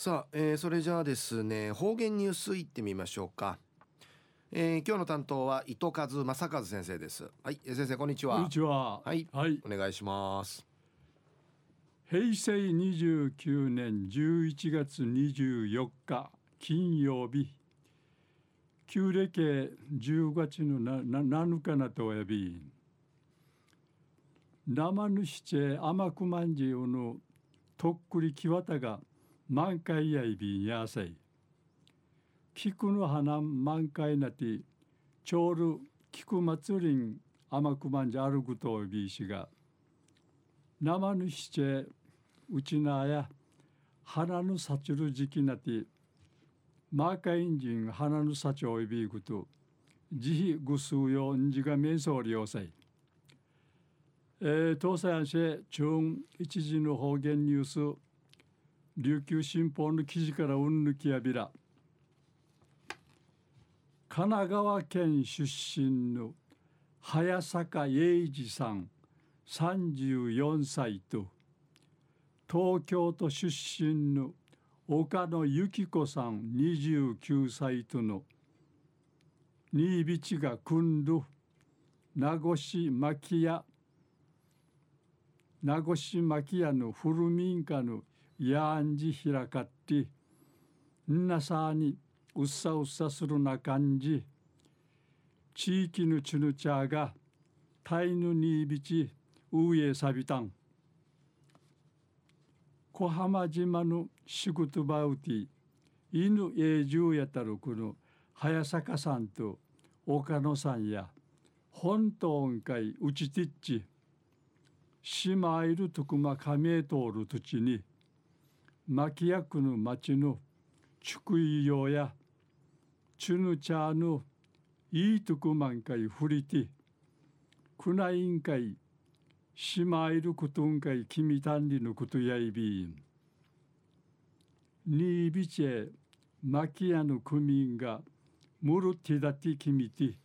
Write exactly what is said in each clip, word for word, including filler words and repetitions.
さあ、えー、それじゃあですね、方言ニュースいってみましょうか。えー、今日の担当は糸数正和先生です。はい、えー先生こんにちは。 こんにちは。 はい、 はい。 お願いします。 平成にじゅうきゅうねんじゅういちがつにじゅうよっか金曜日、旧暦じゅうがつのなななのかなとおやび、生ぬしちえ甘くまんじゅうのとっくりきわたが満開やいびんやさい。菊の花満開なてちょうる菊祭りん甘くまんじあるぐとおびいしが、生ぬしちえうちなや花のさちる時期なてマーカインジン花のさちおいびぐと慈悲ぐすうよんじがめんそうりょうさい。えー、東西安市中一時の方言ニュース琉球新報の記事からうんぬきやびら、神奈川県出身の早坂英二さんさんじゅうよんさいと東京都出身の岡野由紀子さんにじゅうきゅうさいとの新ビチが組んど名越牧屋名越牧屋の古民家のやんじひらかってんなさにうっさうっさするな感じ、地域のちぬちゃがタイヌにびちうえさびたん小浜島の仕事場うて犬永住やたるこの早坂さんと岡野さんや本島んかいうちてっちしまいるとくまかめ通る土地に牧屋区の町の竹井用やチュヌチャーのいいとくまんかいふりてくないんかいしまいることんかいきみたんりのことやいびんにいびちえ牧屋の区民がむるてだてきみて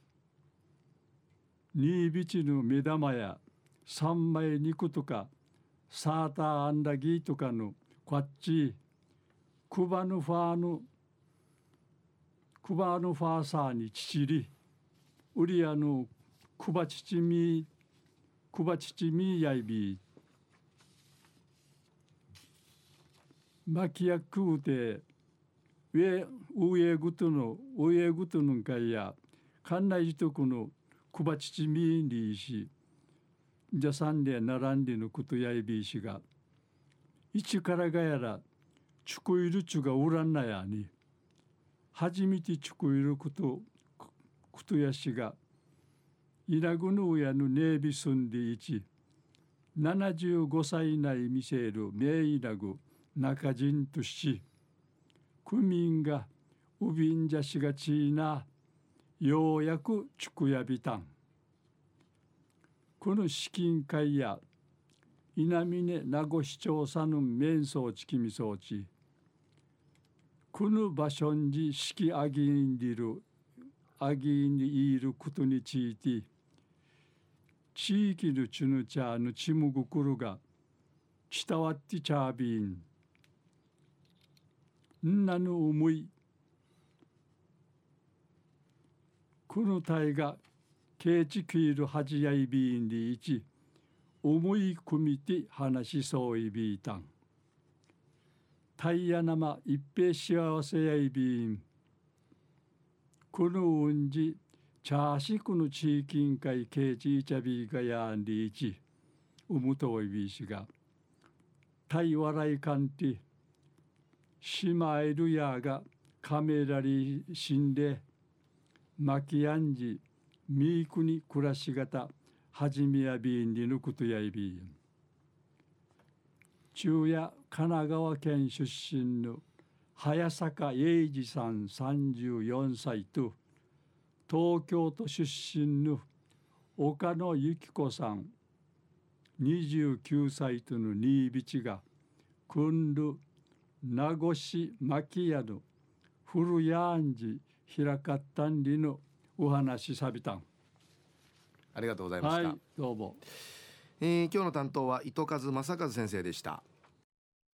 にいびちの目玉や三枚肉とかサーターアンダギーとかのこっちクバヌファーのクバヌファーサーにちちりウリアのクバチチミクバチチミやいびマキヤクウテ上上ぐとの上ぐとのんかいや館内自徳のクバチチミにしじゃさんで並んでのことやいびいしが一からがやらチュクイルチュがうらんなやに初めてチュクイルことことやしがイラグヌーヤのネイビスンでいちななじゅうごさい内見せるメイラグ中人とし区民がうびんじゃしがちなようやくチュクやびたんこの資金会や稲峰名護市長さぬ面相ちきみそうちこの場所に式あぎんりるあぎんにいることについて地域のちぬちゃのちむぐくるが伝わってちゃびんんなぬ思いこの体がケーチキールはじやいびんでいち思い込みて話しそういびいたんタイヤ生一平幸せやいびんこのうんじチャーシクの地域委員会ケーチイチャビがやんでいちうむといびしがタイ笑いかんてしまえるやがカメラリ死んでまきやんじみいくに暮らし方はじめやびんりぬことやいびん中夜神奈川県出身の早坂英二さんさんじゅうよんさいと東京都出身の岡野由紀子さんにじゅうきゅうさいとのにいびちが組んる名越牧屋の古やんじひらかったんりのお話さびたん。 ありがとうございました。 はい、どうも。 えー、今日の担当は糸数正和先生でした。